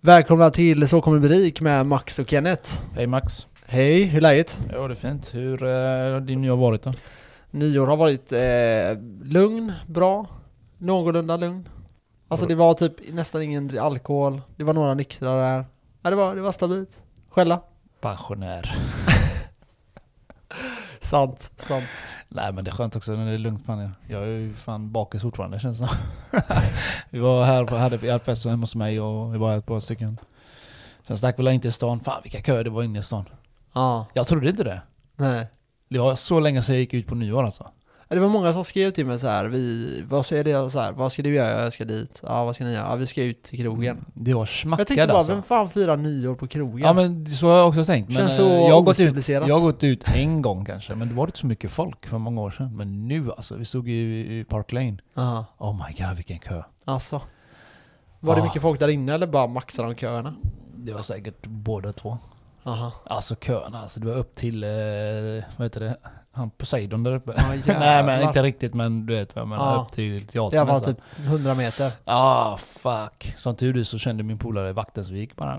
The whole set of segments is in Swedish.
Välkomna till Så kommer Berik med Max och Kenneth. Hej Max. Hej, hur är läget? Ja, det är fint. Hur har din nyår varit då? Nyår har varit lugn, bra, någorlunda lugn. Alltså det var typ nästan ingen alkohol. Det var några nyktra där. Ja, det var stabilt. Skälla. Pensionär. Sant. Nej, men det är skönt också när det är lugnt. Fan. Jag är ju fan bakis fortfarande, känns det som. Vi var här och hade fest hemma hos mig och vi var här ett par stycken. Sen stack vi in till stan. Fan, vilka köer det var inne i stan. Ja. Jag trodde inte det. Nej. Det var så länge sedan jag gick ut på nyår alltså. Det var många som skrev till mig så här, vad ska du göra? Jag ska dit. Ja, vad ska ni göra? Ja, vi ska ut till krogen. Det var smackad Jag tänkte bara, alltså. vem fan firar nyår på krogen? Ja, men så har jag också tänkt. Men Känns så jag har gått ut en gång kanske, men det var inte så mycket folk för många år sedan. Men nu alltså, vi stod i Park Lane. Aha. Oh my god, vilken kö. Alltså. Var det mycket folk där inne eller bara maxade de köerna? Det var säkert båda två. Aha. Alltså köerna, alltså det var upp till, vad heter det? Han Poseidon där uppe. Ja, nej, men inte riktigt, men du vet vad jag menar. Upp till teatern. Det var typ 100 meter. Fuck. Som tur så kände min polare Vaktensvik bara.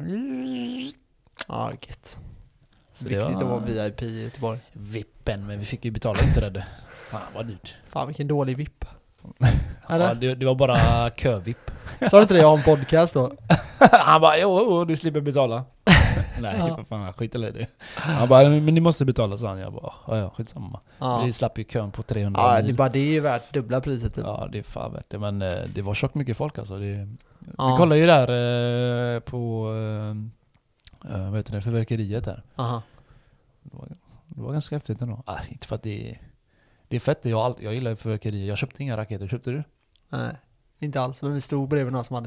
Ja, gött. Så viktigt att vara VIP i Göteborg. Vippen, men vi fick ju betala inte det. Fan vad dyrt. Fan vilken dålig vipp. Ja, det var bara kövipp. Sa du inte det? Jag har en podcast då. Han bara, jo, du slipper betala. Nej, för fan, skit eller det. Han bara, men ni måste betala, så han. Jag bara, ja, skitsamma. Ja. Vi slapp ju kön på 300 mil. Det är ju värt dubbla priset typ. Ja, det är fan värt det. Men det var tjockt mycket folk alltså. Vi kollade ju där på, vad heter det, förverkeriet där. Aha. Det var ganska häftigt ändå. Inte för att det är fett. Jag gillar ju förverkerier. Jag köpte inga raketer. Köpte du? Nej, inte alls. Men vi stod bredvid några som hade.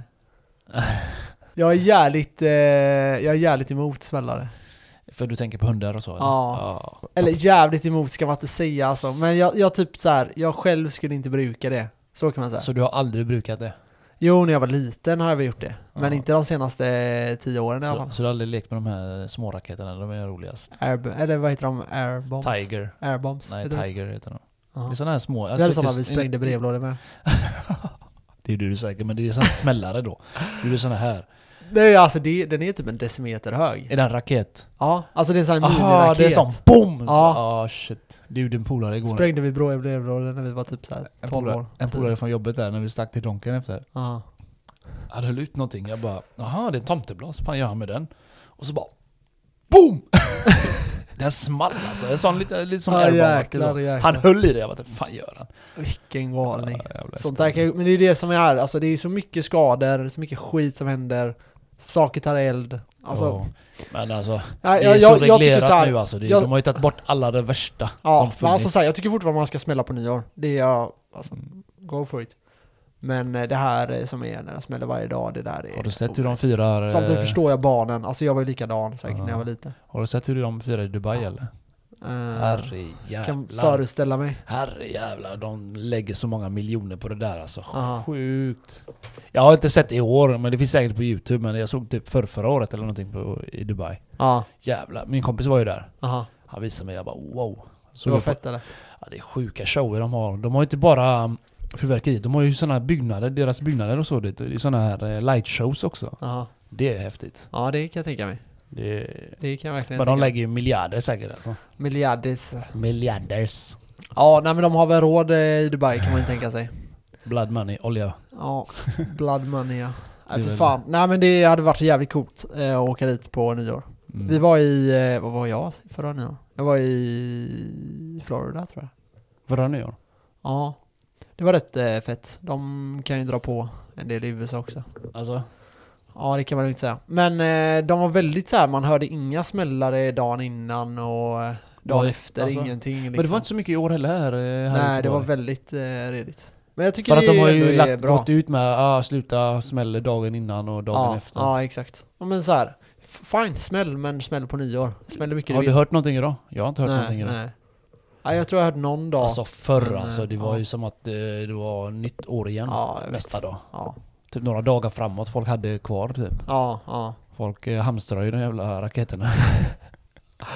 Jag är jävligt emot smällare. För du tänker på hundar och så? Eller? Ja. Eller jävligt emot ska man inte säga alltså. Men jag typ så här, jag själv skulle inte bruka det. Så kan man säga. Så du har aldrig brukat det? Jo, när jag var liten har jag väl gjort det. Men inte de senaste 10 åren i alla fall. Så du har aldrig lekt med de här små raketerna? De är roligast. Eller vad heter de? Airbombs? Tiger. Airbombs? Nej, Tiger heter de. Uh-huh. Det är sådana här små. Det är sådana vi sprängde brevlådor med. Det är du säkert, men det är sådana smällare då. Det är sådana här. Nej, alltså den är typ en decimeter hög. Är det en raket? Ja, alltså det är en sån här miniraket. Det är sån boom! Ja. Shit. Det är ju din polare igår. Sprängde vi brevlådor när vi var typ så här 12 år. En polare från jobbet där när vi stack till Donken efter. Ja. Han höll ut någonting. Jag bara, jaha, det är en tomteblad. Vad fan gör han med den? Och så bara, boom! Den small alltså. En sån lite som jäklar. Han höll i det. Jag bara, vad fan gör han? Vilken galning. Sånt där men det är det som är, alltså det är så mycket skador, så mycket skit som händer. Saker tar eld. Alltså, men alltså, det är så reglerat så här, nu alltså. De har ju tagit bort alla det värsta som funnits. Men alltså så här, jag tycker fortfarande man ska smälla på nyår. Det är go for it. Men det här som är när jag smäller varje dag, det där är... Har du sett hur de firar... Samtidigt förstår jag barnen. Alltså jag var ju likadan säkert när jag var liten. Har du sett hur de firar i Dubai eller? Herrejävlar. Kan föreställa mig. Herrejävlar, de lägger så många miljoner på det där alltså. Sjukt. Jag har inte sett det i år, men det finns säkert på YouTube. Men jag såg typ förra året eller någonting i Dubai. Ja. Jävlar, min kompis var ju där. Aha. Han visade mig, jag bara wow. Så det var fett eller? Ja, det är sjuka shower de har. De har ju inte bara... Fyrverkeriet. De har ju sådana här byggnader, deras byggnader och så. Det är sådana här light-shows också. Aha. Det är häftigt. Ja, det kan jag tänka mig. Det kan jag verkligen. Men de lägger ju miljarder säkert alltså. Miljarders. Ja, nej men de har väl råd i Dubai kan man ju tänka sig. Blood money, olja. Ja, blood money ja. Nej för fan. Nej men det hade varit jävligt coolt att åka dit på nyår. Vi var i, vad var jag förra nyår? Jag var i Florida tror jag. Förra nyår? Ja. Det var rätt fett. De kan ju dra på en del i USA också. Alltså? Ja, det kan man ju inte säga. Men de var väldigt så här, man hörde inga smällare dagen innan och dagen efter, alltså, ingenting. Liksom. Men det var inte så mycket i år heller här. Nej, det var väldigt redigt. Men jag tycker för att de har ju gått ut med sluta smäller dagen innan och dagen efter. Ja, exakt. Men så här, fine, smäll, men smäll på nyår. Smäll mycket. Har du hört någonting idag? Jag har inte hört någonting idag. Nej. Ja, jag tror jag hört någon dag. Alltså förra, alltså, det var ju som att det var nytt år igen nästa dag. Ja. Typ några dagar framåt, folk hade kvar typ. Ja. Folk hamstrar ju de jävla raketerna.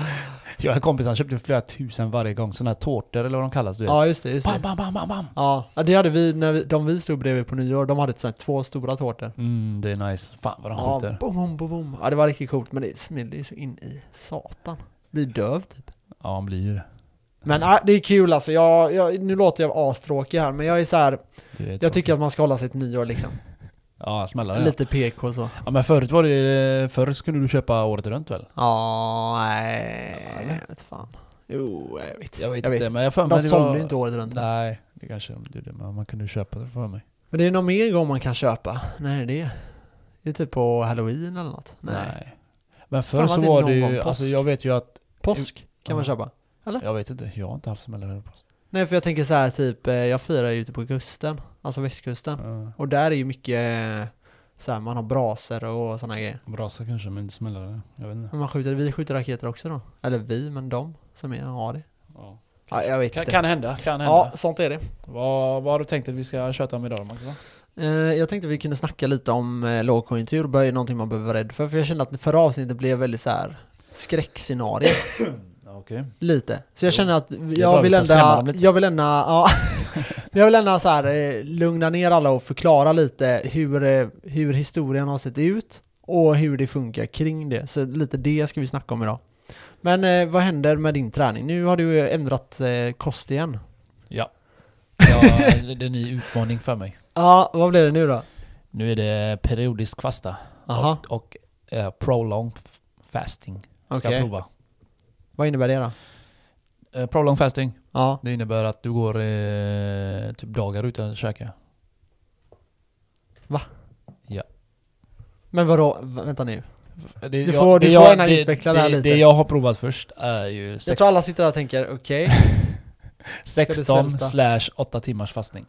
Jag har kompisar köpte flera tusen varje gång. Sådana här tårtor eller vad de kallas. Du vet. Ja, just det. Bam, bam, bam, bam, bam. Ja, det hade vi när vi stod bredvid på nyår. De hade sådana 2 stora tårtor. Det är nice. Fan vad de skjuter. Ja, boom, boom, boom. Ja, det var riktigt coolt. Men det smällde ju så in i satan. Blir döv typ. Ja, han blir ju det. Men det är kul alltså. Nu låter jag astråkig här. Men jag är så här. Jag tycker att man ska hålla sig till nyår liksom. Ja, smälla det. Lite PK och så. Ja, men förr kunde du köpa året runt väl? Ja, nej. Jag vet fan. Jo, jag vet inte. Men jag för mig de sålde ju inte året runt. Nej, det kanske de gjorde. Men man kunde köpa det för mig. Men det är nog mer gång man kan köpa. När är det? Det är typ på Halloween eller något. Nej. Men förr så var det ju... Alltså jag vet ju att... Påsk kan man köpa. Eller? Jag vet inte. Jag har inte haft smällare på påsk. Nej, för jag tänker så här typ... Jag firar ju ute på kusten. Alltså västkusten. Och där är ju mycket... Så här, man har braser och såna grejer. Braser kanske, men inte smällare. Jag vet inte. Men vi skjuter raketer också då. Eller vi, men de som har det. Ja, jag vet inte. Kan hända. Ja, sånt är det. Vad har du tänkt att vi ska köta om idag, Max? Jag tänkte att vi kunde snacka lite om lågkonjunktur. Det är någonting man behöver vara rädd för. För jag kände att förra avsnittet blev väldigt så här skräckscenario. Okay. Lite. Så jag känner att jag vill ändå så här lugna ner alla och förklara lite hur historien har sett ut och hur det funkar kring det. Så lite det ska vi snacka om idag. Men vad händer med din träning? Nu har du ändrat kost igen. Ja. Det är en ny utmaning för mig. Ja, vad blir det nu då? Nu är det periodisk fasta. Och prolonged fasting ska jag prova. Vad innebär det då? Prolonged fasting. Ja. Det innebär att du går typ dagar utan att käka. Va? Ja. Men vadå? Vänta nu. Du får gärna utveckla det här lite. Det jag har provat först är ju... Jag tror alla sitter där och tänker, okej. 16/8 timmars fastning.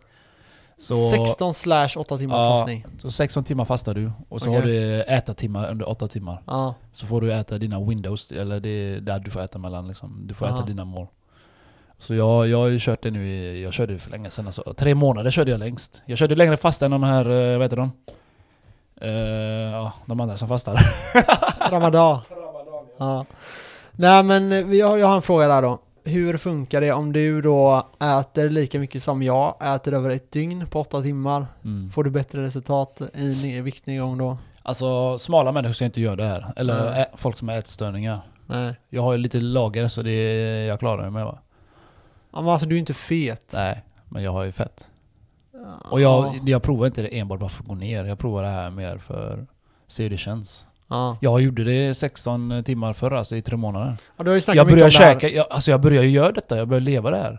16/8 timmars fastning. Så 16 timmar fastar du. Och så har du äta-timmar under 8 timmar. Så får du äta dina windows. Eller det är där du får äta mellan liksom. Du får äta dina mål. Så jag har ju kört det nu. Jag körde det för länge sedan. Alltså, 3 månader körde jag längst. Jag körde längre fasta än de här, vad heter de? De andra som fastar. Ramadan. Ja. Nej, men jag har en fråga där då. Hur funkar det om du då äter lika mycket som jag, äter över ett dygn på 8 timmar? Får du bättre resultat i viktnedgång då? Alltså smala människor ska inte göra det här. Eller folk som har ätstörningar. Nej. Jag har ju lite lager så jag klarar mig med, va? Ja, men alltså du är inte fet. Nej, men jag har ju fett. Och jag provar inte det enbart bara för att gå ner. Jag provar det här mer för att se hur det känns. Jag gjorde det 16 timmar förr, alltså i 3 månader. Ja, du har ju jag började käka, jag började göra detta. Jag började leva det här.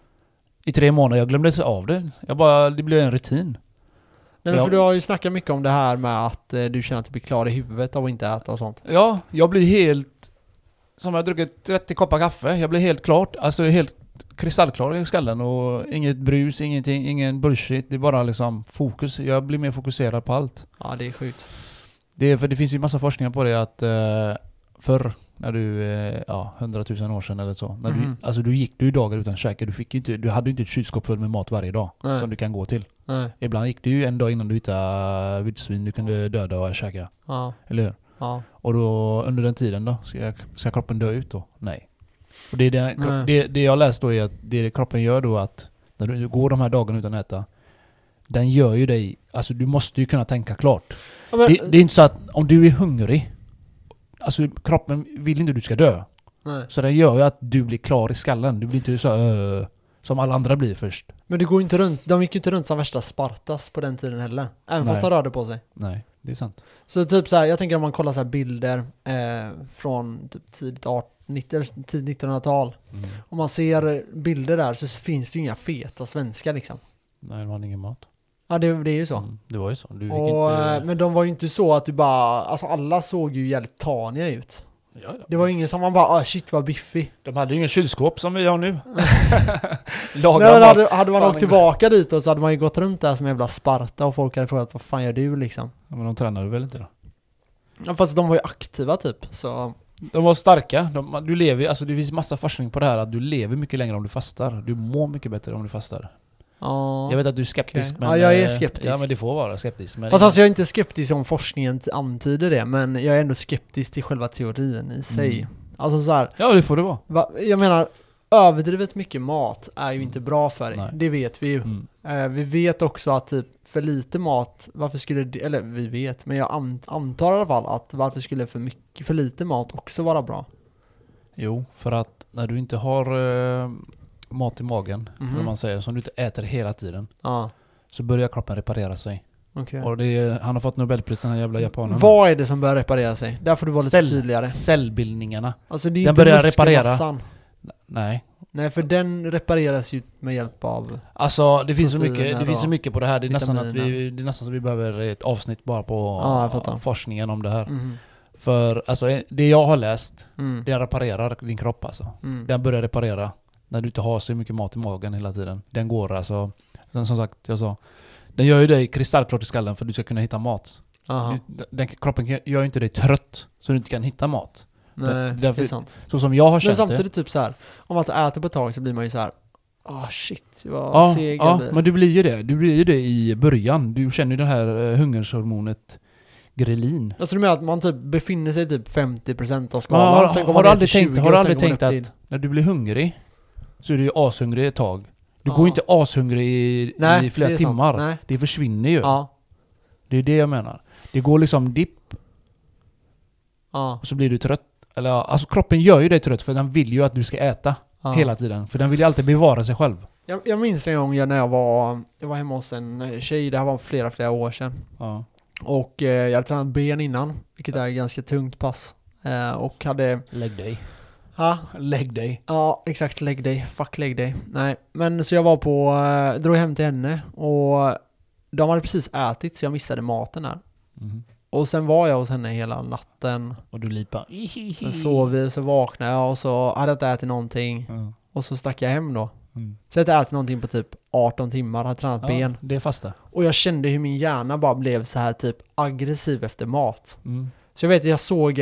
I 3 månader, jag glömde av det. Det blev en rutin. Nej, men för du har ju snackat mycket om det här med att du känner att du blir klar i huvudet av att inte äta och sånt. Ja, jag blir helt... Som jag druckit 30 koppar kaffe. Jag blir helt klart. Alltså helt kristallklar i skallen. Och inget brus, ingenting, ingen bullshit. Det är bara liksom fokus. Jag blir mer fokuserad på allt. Ja, det är sjukt. För det finns ju massa forskningar på det att förr när du 100 000 år sedan eller så när du gick dagar utan käka, du hade inte ett kylskåp full med mat varje dag som du kan gå till. Ibland gick det ju en dag innan du hittade vildsvin du kunde döda och käka. Eller hur? Och då under den tiden då ska kroppen dö ut då? Nej. Och det jag läst då är att det kroppen gör då att när du går de här dagarna utan att äta, den gör ju dig, alltså du måste ju kunna tänka klart. Ja, men, det är inte så att om du är hungrig, alltså kroppen vill inte att du ska dö. Nej. Så den gör ju att du blir klar i skallen. Du blir inte så som alla andra blir först. Men det går inte runt, de gick ju inte runt som värsta Spartas på den tiden heller. Även fast de rörde på sig. Nej, det är sant. Så typ så här, jag tänker om man kollar så här bilder från typ tidigt 1900-tal. Om man ser bilder där så finns det ju inga feta svenskar liksom. Nej, det var ingen mat. Ja, det är ju så. Det var ju så. Men de var ju inte så att du bara... Alltså alla såg ju jävligt taniga ut. Ja. Det var ingen som man bara, shit vad biffig. De hade ju ingen kylskåp som vi har nu. Hade man åkt tillbaka dit och så hade man ju gått runt där som en jävla Sparta och folk hade frågat, vad fan gör du liksom? Ja, men de tränade väl inte då? Ja, fast de var ju aktiva typ, så... De var starka. Du lever, alltså det finns massa forskning på det här att du lever mycket längre om du fastar. Du mår mycket bättre om du fastar. Jag vet att du är skeptisk, men... Ja, jag är skeptisk. Ja, men det får vara skeptisk. Men fast alltså jag är inte skeptisk om forskningen antyder det, men jag är ändå skeptisk till själva teorin i sig. Alltså så här, Ja, det får det vara. Jag menar, överdrivet mycket mat är ju inte bra för dig. Nej. Det vet vi ju. Vi vet också att typ för lite mat, varför skulle det, eller vi vet, men jag antar i alla fall att varför skulle för lite mat också vara bra? Jo, för att när du inte har mat i magen, om man säger, som du inte äter hela tiden, så börjar kroppen reparera sig. Okay. Och han har fått Nobelpris, den här jävla japanen. Vad är det som börjar reparera sig? Där får du vara lite tydligare. Cellbildningarna. Alltså det är den inte börjar reparera. Nej, för den repareras ju med hjälp av... Alltså det finns så mycket på det här. Det är nästan så vi behöver ett avsnitt bara på forskningen om det här. För alltså, det jag har läst, det reparerar din kropp alltså. Den börjar reparera när du inte har så mycket mat i magen hela tiden. Den går alltså, som sagt, jag sa, den gör ju dig kristallklart i skallen för att du ska kunna hitta mat. Kroppen gör ju inte dig trött så du inte kan hitta mat. Nej, det är sant. Så som jag har känt det. Men samtidigt typ så här, om man äter på ett tag så blir man ju så här, shit, vad seg jag blir. Men du blir ju det. Du blir ju det i början. Du känner ju det här hungershormonet grelin. Alltså du menar att man typ befinner sig typ 50% av skalan, sen kommer man ner till 20 har du aldrig tänkt att när du blir hungrig så är du ju ashungrig ett tag. Du går ju inte ashungrig i flera timmar. Det försvinner ju. Det är det jag menar. Det går liksom dipp och så blir du trött. Eller, alltså kroppen gör ju dig trött för den vill ju att du ska äta hela tiden. För den vill ju alltid bevara sig själv. Jag minns en gång när jag var hemma hos en tjej, det här var flera år sedan. Och jag hade tränat ben innan, vilket är ganska tungt pass. Och hade... Leg day. Leg day. Ja, exakt, leg day. Fuck leg day. Nej, men så jag var drog hem till henne och de hade precis ätit så jag missade maten där. Och sen var jag hos henne hela natten. Och du lipa. Sen sov vi, så vaknade jag och så hade jag inte ätit någonting. Och så stack jag hem då. Så jag hade ätit någonting på typ 18 timmar, hade tränat ben. Det är fasta. Och jag kände hur min hjärna bara blev så här typ aggressiv efter mat. Så jag vet, jag såg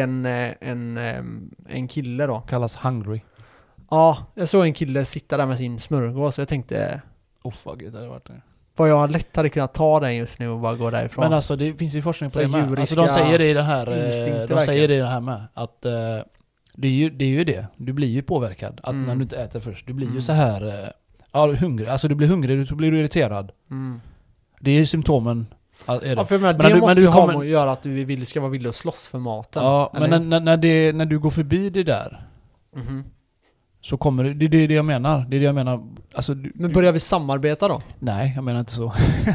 en kille då. Kallas hungry. Ja, jag såg en kille sitta där med sin smörgås så jag tänkte... vad gud, det hade varit det. Vad jag lätt hade kunnat ta den just nu och bara gå därifrån. Men alltså det finns ju forskning på det med. Alltså de säger det i den här med att det är ju det. Du blir ju påverkad att när du inte äter först. Du blir ju så här hungrig. Alltså du blir hungrig, så blir du irriterad. Det är ju symptomen. Det måste ju ha med att göra att du ska vara villig att slåss för maten. Ja, men när du går förbi det där så kommer det är det jag menar. Det är det jag menar. Alltså, men börjar vi samarbeta då? Nej, jag menar inte så.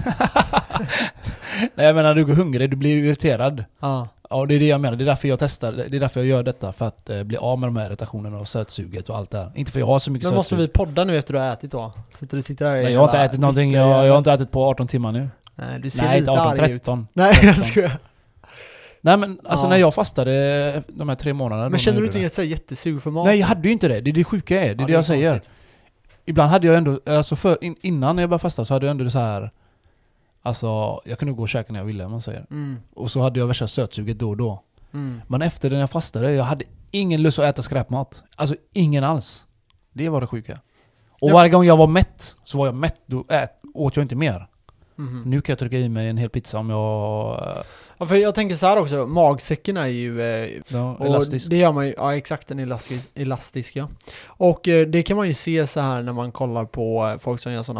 Nej, jag menar du går hungrig, du blir irriterad. Ja, det är det jag menar. Det är därför jag testar. Det är därför jag gör detta. För att bli av med de här irritationerna och sötsuget och allt det här. Inte för jag har så mycket sötsug. Men måste vi podda nu efter du har ätit då? Så du sitter där. Nej, jag har inte ätit någonting. Jag har inte ätit på 18 timmar nu. Nej, du ser lite arg ut. 13. Nej, jag skojar. Nej, men alltså när jag fastade de här 3 månaderna. Men kände du inte så jättesug för mat? Nej, jag hade ju inte det. Det är det sjuka är. Det är det jag säger. Konstigt. Ibland hade jag ändå, alltså innan jag började fasta så hade jag ändå så här, alltså jag kunde gå och käka när jag ville, man säger. Och så hade jag värsta sötsuget då och då. Men efter den jag fastade, jag hade ingen lust att äta skräpmat. Alltså ingen alls. Det var det sjuka. Och varje gång jag var mätt, så var jag mätt, då åt jag inte mer. Nu kan jag trycka i mig en hel pizza om jag... Ja, för jag tänker så här också, magsäcken är ju... elastisk. Det gör man ju, ja exakt, den elastisk, ja. Och det kan man ju se så här när man kollar på folk som gör sådana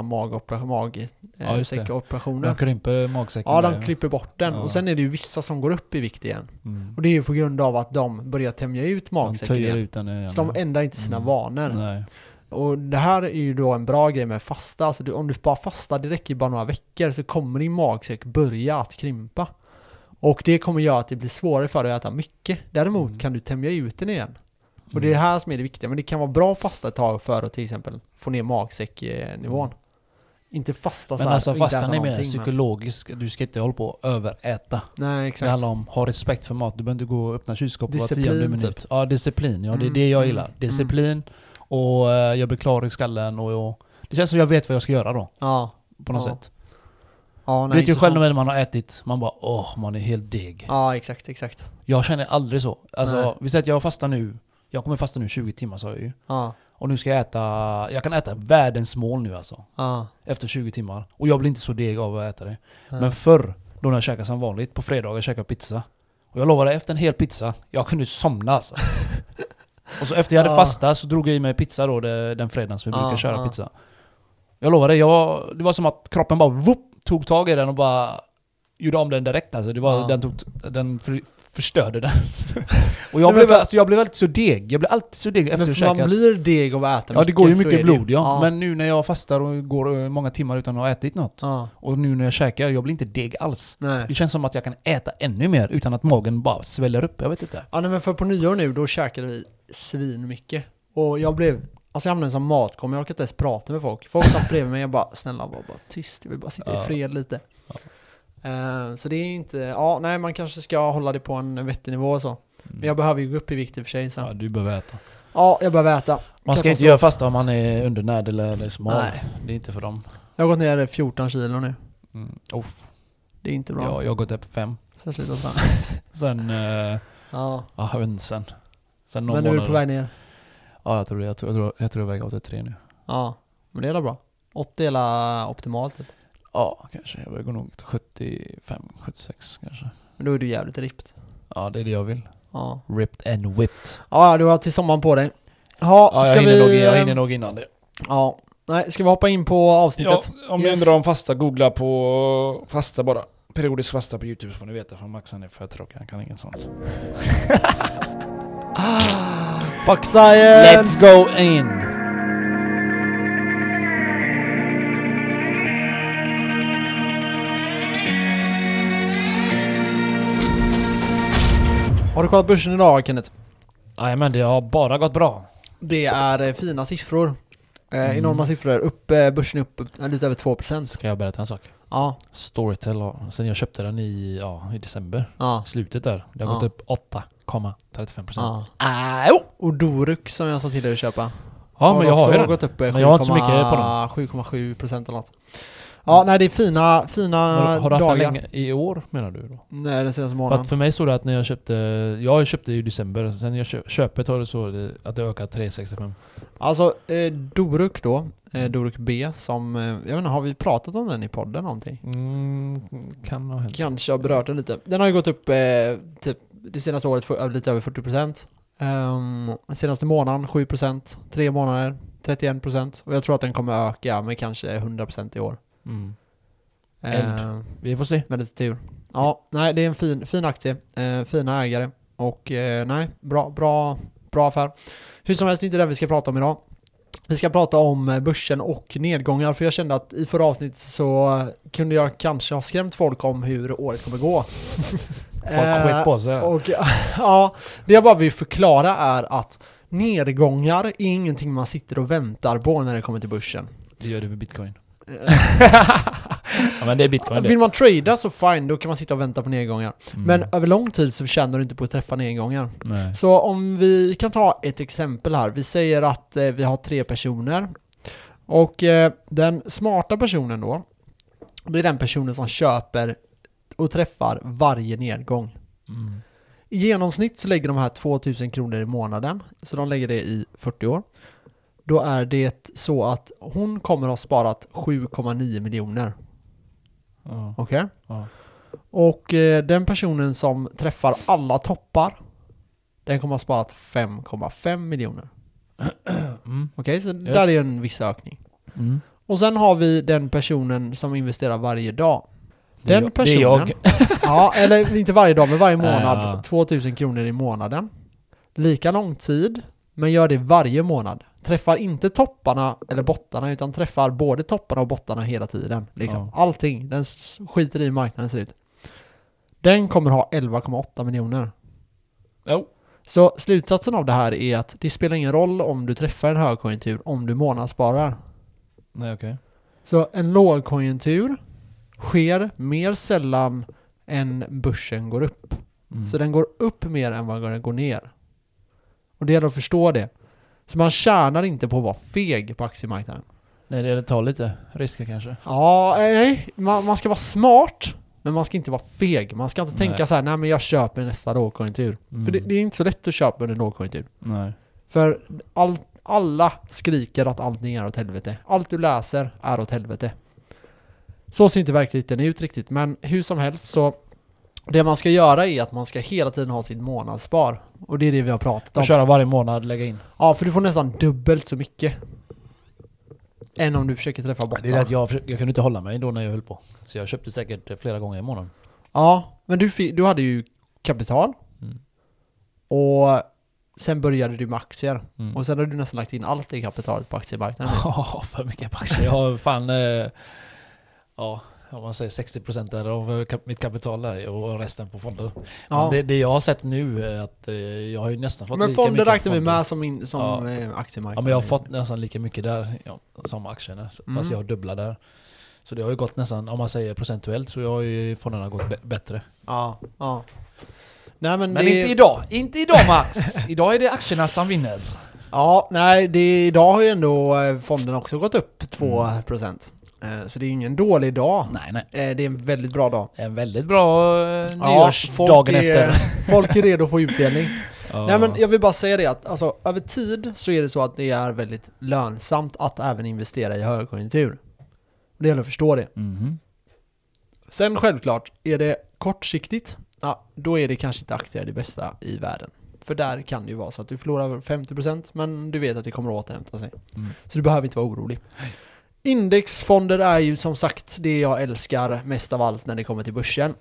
magsäckoperationer. De krymper magsäcken. Ja, de klipper bort den. Och sen är det ju vissa som går upp i vikt igen. Och det är ju på grund av att de börjar tämja ut magsäcken igen. Ut den igen. Så de ändrar inte sina vanor. Nej. Och det här är ju då en bra grej med fasta. Alltså om du bara fastar, det räcker bara några veckor, så kommer din magsäck börja att krympa. Och det kommer göra att det blir svårare för dig att äta mycket. Däremot kan du tämja ut den igen. Och det är det här som är det viktiga. Men det kan vara bra att fasta ett tag för att till exempel få ner magsäcknivån. Inte fasta så här. Men alltså fastan är mer psykologisk. Du ska inte hålla på att överäta. Nej, exakt. Det handlar om ha respekt för mat. Du behöver inte gå och öppna kylskåpet var 10:e minut. Typ. Ja, disciplin. Ja, det är det jag gillar. Disciplin. Och jag blir klar i skallen. Och det känns som jag vet vad jag ska göra då. Ja. På något sätt. Ja, du vet ju själv när man har ätit, man bara, man är helt deg. Ja, exakt. Jag känner aldrig så. Alltså, vi säger att jag fastar nu. Jag kommer fasta nu 20 timmar, sa jag ju. Ja. Och nu ska jag kan äta världens mål nu alltså. Ja. Efter 20 timmar. Och jag blir inte så deg av att äta det. Ja. Men förr, då när jag käkade som vanligt, på fredagar käkade jag pizza. Och jag lovade efter en hel pizza, jag kunde somna alltså. Och så efter jag hade fastat så drog jag i mig pizza då den fredagen som vi brukar köra pizza. Jag lovar det, det var som att kroppen bara tog tag i den och bara gjorde om den direkt. Alltså. Det var, den förstörde den. Och jag blev alltid så deg. Jag blev alltid så deg efter att käka. Man blir deg av att äta. Ja, det går ju mycket blod, ja. Men nu när jag fastar och går många timmar utan att ha ätit något. Och nu när jag käkar, jag blir inte deg alls. Nej. Det känns som att jag kan äta ännu mer utan att magen bara sväller upp. Jag vet inte. Ja, nej, men för på nyår nu, då käkade vi svin mycket. Och jag hamnade som matkom. Jag orkade inte ens prata med folk. Folk satt bredvid mig och bara, snälla, var bara tyst. Jag vill bara sitta i fred lite. Ja. Så det är inte... nej, man kanske ska hålla det på en vettig nivå och så. Men jag behöver ju gå upp i vikt i och för sig. Så. Ja, du behöver äta. Ja, jag behöver äta. Man ska inte göra fasta om man är undernärd eller smal. Nej. Det är inte för dem. Jag har gått ner 14 kilo nu. Det är inte bra. Ja, jag har gått upp 5. Sen slutat så. Sen... jag vet inte sen men nu är du på väg ner? Ja, jag tror det. Jag tror jag väger 83 nu. Ja, men det är bra. 80 är optimalt typ. Ja, kanske. Jag väger nog 75, 76 kanske. Men då är du jävligt ripped. Ja, det är det jag vill. Ja. Ripped and whipped. Ja, du har till sommaren på dig. Ja, jag hinner nog innan det. Ja. Nej, ska vi hoppa in på avsnittet? Ja, om ni undrar om fasta, googla på fasta bara. Periodisk fasta på YouTube så får ni veta, för Max han är för tråkig. Han kan inget sånt. Fuck science! Let's go in! Har du kollat börsen idag, Kenneth? Nej, men det har bara gått bra. Det är fina siffror. Enorma siffror. Börsen är upp lite över 2%. Ska jag berätta en sak? Ja. Storytel, sen jag köpte den i december. Ja. Slutet där. Det har gått upp 8,35%. Ja. Och Doruk som jag sa till dig att köpa. Ja, men jag har ju den. Gått upp men jag har inte så mycket på den. 7,7% eller något. Ja, nej, det är fina har du haft dagar. Den länge i år, menar du då? Nej, den senaste månaden. För mig stod det att när jag köpte i december, sen jag köpet har det så att det ökat 3,65. Alltså, Doruk då, Doruk B, som, jag vet inte, har vi pratat om den i podden någonting? Kan ha hänt. Kanske har berört den lite. Den har ju gått upp typ det senaste året lite över 40%. Den senaste månaden 7%, 3 månader 31%. Och jag tror att den kommer öka med kanske 100% i år. Vi får se. Väldigt tur. Ja, nej, det är en fin aktie. Fina ägare. Och nej, bra affär. Hur som helst, inte det vi ska prata om idag. Vi ska prata om börsen och nedgångar. För jag kände att i förra avsnitt så kunde jag kanske ha skrämt folk om hur året kommer gå. Folk skit på sig. Och ja, det jag bara vill förklara är att nedgångar är ingenting man sitter och väntar på när det kommer till börsen. Det gör du med Bitcoin. Ja, men det är Bitcoin. Vill man trada så fine, då kan man sitta och vänta på nedgångar. Men över lång tid så tjänar du inte på att träffa nedgångar. Nej. Så om vi kan ta ett exempel här. Vi säger att vi har 3 personer. Och den smarta personen då, det är den personen som köper och träffar varje nedgång. I genomsnitt så lägger de här 2000 kronor i månaden. Så de lägger det i 40 år. Då är det så att hon kommer ha sparat 7,9 miljoner. Okej? Och den personen som träffar alla toppar, den kommer ha sparat 5,5 miljoner. Okej, så där är en viss ökning. Och sen har vi den personen som investerar varje dag. Den personen, ja, eller inte varje dag, men varje månad, 2000 kronor i månaden. Lika lång tid, men gör det varje månad. Träffar inte topparna eller bottarna, utan träffar både topparna och bottarna hela tiden. Liksom. Allting, den skiter i marknaden ser ut. Den kommer ha 11,8 miljoner. Så slutsatsen av det här är att det spelar ingen roll om du träffar en högkonjunktur om du månadssparar. Nej, okej. Så en lågkonjunktur sker mer sällan än börsen går upp. Så den går upp mer än vad den går ner. Och det gäller att förstå det. Så man tjänar inte på att vara feg på aktiemarknaden. Nej, det är att ta lite risker kanske. Ja, nej. Man ska vara smart, men man ska inte vara feg. Man ska inte tänka så här, nej men jag köper nästa lågkonjunktur. För det är inte så lätt att köpa under lågkonjunktur. Nej. För alla skriker att allting är åt helvete. Allt du läser är åt helvete. Så ser inte verkligheten ut riktigt. Men hur som helst så Det man ska göra är att man ska hela tiden ha sitt månadsspar. Och det är det vi har pratat om. Och köra varje månad, lägga in. Ja, för du får nästan dubbelt så mycket än om du försöker träffa botten. Det är att jag kunde inte hålla mig då när jag höll på. Så jag köpte säkert flera gånger i månaden. Ja, men du hade ju kapital. Och sen började du med aktier. Och sen har du nästan lagt in allt det kapitalet på aktiemarknaden. Ja, för mycket på aktier. Jag har fan... om man säger 60% där av mitt kapital där och resten på fonder. Ja. Det jag har sett nu är att jag har ju nästan fått lika mycket. Men fonder räknar vi med som aktiemarknaden. Ja, men jag har fått nästan lika mycket där som aktierna. Fast jag har dubbla där. Så det har ju gått nästan, om man säger procentuellt, så har ju fonderna gått bättre. Ja. Nej, men inte idag Max! Idag är det aktierna som vinner. Ja, nej, idag har ju ändå fonderna också gått upp 2%. Så det är ingen dålig dag. Nej. Det är en väldigt bra dag. En väldigt bra nyårsdagen efter. Folk är redo att få utdelning. Nej, men jag vill bara säga det att alltså, över tid så är det så att det är väldigt lönsamt att även investera i högkonjunktur. Det gäller att förstå det. Sen självklart, är det kortsiktigt, då är det kanske inte aktier det bästa i världen. För där kan det ju vara så att du förlorar 50%, men du vet att det kommer att återhämta sig. Så du behöver inte vara orolig. Indexfonder är ju som sagt det jag älskar mest av allt när det kommer till börsen.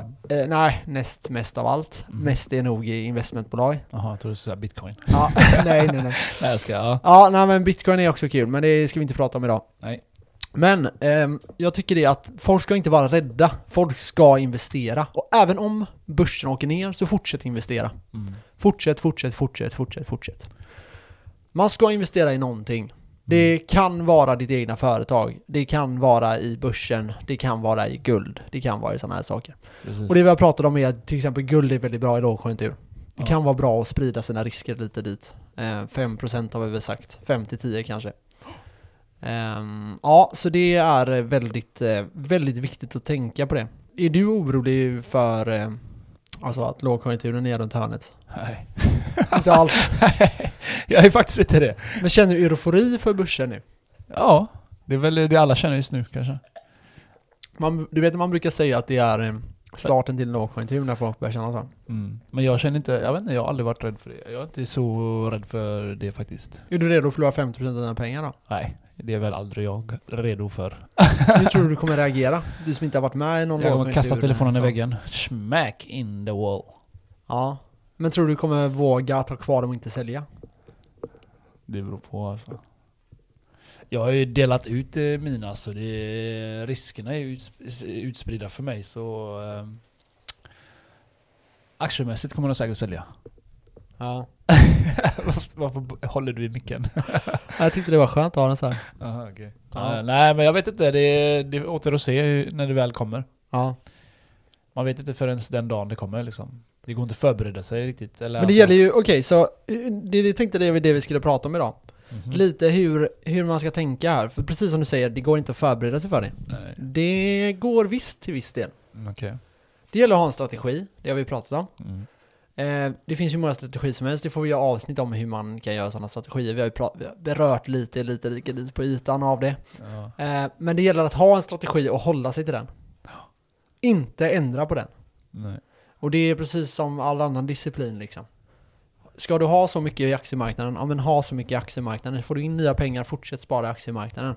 Näst mest av allt. Mest är nog i investmentbolag. Jaha, jag tror du sa bitcoin. Ja, nej. Jag älskar, nej, men bitcoin är också kul, men det ska vi inte prata om idag. Nej. Men jag tycker det att folk ska inte vara rädda. Folk ska investera. Och även om börsen åker ner så fortsätt investera. Fortsätt. Man ska investera i någonting. Det kan vara ditt egna företag. Det kan vara i börsen. Det kan vara i guld. Det kan vara i sådana här saker. Precis. Och det vi har pratat om är att till exempel guld är väldigt bra i lågkonjunktur. Det kan vara bra att sprida sina risker lite dit. 5% har vi väl sagt. 5-10 kanske. Så det är väldigt, väldigt viktigt att tänka på det. Är du orolig för att lågkonjunkturen är runt hörnet? Nej. Inte alls. Jag är faktiskt inte det. Men känner du eufori för börsen nu? Ja, det är väl det alla känner just nu kanske. Du vet, man brukar säga att det är starten till en lågkonjunktur när folk börjar känna så. Men jag känner inte, jag har aldrig varit rädd för det. Jag är inte så rädd för det faktiskt. Är du redo att förlora 50% av dina pengar då? Nej, det är väl aldrig jag redo för. Hur tror du kommer reagera? Du som inte har varit med i någon lågkonjunktur. Jag kastar telefonen i väggen. Smack in the wall. Ja, men tror du kommer våga ta kvar dem och inte sälja? Det beror på alltså. Jag har ju delat ut mina, så riskerna är utspridda för mig, så aktiemässigt kommer de säkert sälja. Ja. Varför håller du i micken? Jag tyckte det var skönt att ha den så här. Aha, okay. Nej, men jag vet inte. Det åter att se när det väl kommer. Ja. Man vet inte förrän den dagen det kommer liksom. Det går inte att förbereda sig riktigt. Eller men det gäller ju, så det tänkte det vi skulle prata om idag. Lite hur man ska tänka här. För precis som du säger, det går inte att förbereda sig för det. Nej. Det går visst till viss del. Okay. Det gäller att ha en strategi, det har vi pratat om. Det finns ju många strategier som helst. Det får vi göra avsnitt om hur man kan göra sådana strategier. Vi har berört lite på ytan av det. Ja. Men det gäller att ha en strategi och hålla sig till den. Inte ändra på den. Nej. Och det är precis som all annan disciplin liksom. Ska du ha så mycket i aktiemarknaden? Ja, men ha så mycket i aktiemarknaden. Får du in nya pengar, fortsätt spara i aktiemarknaden.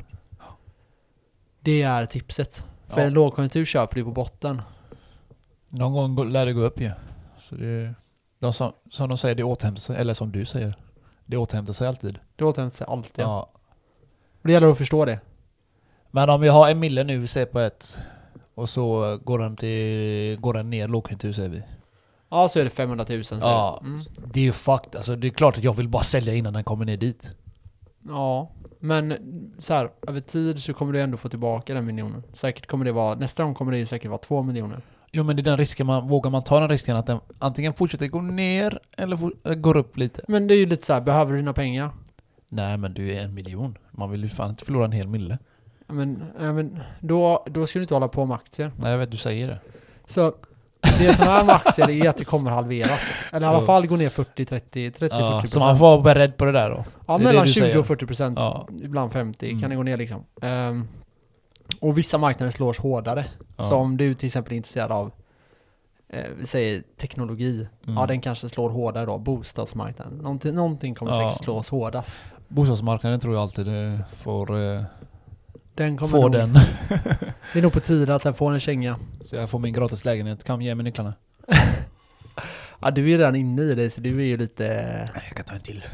Det är tipset. För en lågkonjunktur köper du på botten. Någon gång lär det gå upp ju. Så det, som de säger, det återhämtar sig. Eller som du säger, det återhämtar sig alltid. Det återhämtar sig alltid. Ja. Och det gäller att förstå det. Men om vi har en mille nu, vi ser på ett, och så går den ner lågkonjunktur, säger vi. Ja, så är det 500 000. Ja, det är ju fucked. Alltså, det är klart att jag vill bara sälja innan den kommer ner dit. Ja, men så här, över tid så kommer du ändå få tillbaka den miljonen. Säkert kommer det vara, nästa gång kommer det ju säkert vara 2 miljoner. Jo, men det är den risken vågar man ta den risken att den antingen fortsätter gå ner eller går upp lite. Men det är ju lite så här, behöver du dina pengar? Nej, men du är 1 miljon. Man vill ju fan inte förlora en hel mille. Men då ska du inte hålla på med aktier. Nej, jag vet, du säger det. Så det som är med aktier är att det kommer halveras. Eller i alla fall gå ner 40%. Så man får vara beredd på det där då. Ja, mellan 20 och 40%. Ibland 50 kan det gå ner liksom. Och vissa marknader slås hårdare. Så om du till exempel är intresserad av vi säger teknologi, ja den kanske slår hårdare då, bostadsmarknaden. Någonting kommer säkert slås hårdast. Bostadsmarknaden tror jag alltid får den kommer få nog, den. det är nog på tiden att den får en känga. Så jag får min gratis lägenhet, kom ge mig nycklarna. Ja, du är ju redan inne i det så du är ju lite... Nej, jag kan ta en till.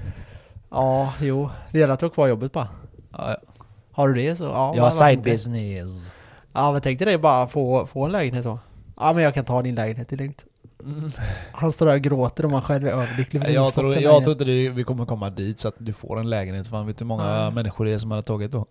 Ja, jo. Det gäller att du har kvar jobbet bara. Ja. Har du det så... Ja, jag har side business. Ja, men tänk dig det bara få en lägenhet så. Ja, men jag kan ta din lägenhet, det är lugnt. Han står där och gråter om han själv är överlycklig. Jag tror inte vi kommer komma dit så att du får en lägenhet. Fan, vet du hur många människor det är som hade tagit då?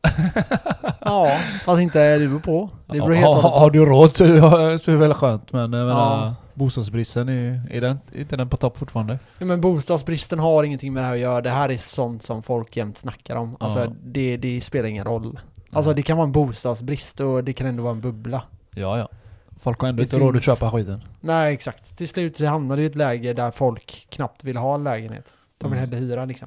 Ja, fast inte det beror på. Det beror har du råd så är det väl skönt. Men jag menar, bostadsbristen är inte den på topp fortfarande. Ja, men bostadsbristen har ingenting med det här att göra. Det här är sånt som folk jämt snackar om. Alltså det spelar ingen roll. Alltså det kan vara en bostadsbrist och det kan ändå vara en bubbla. Ja. Folk har ändå inte råd att köpa skiten. Nej, exakt. Till slut så hamnar det i ett läge där folk knappt vill ha en lägenhet. De vill hellre hyra liksom.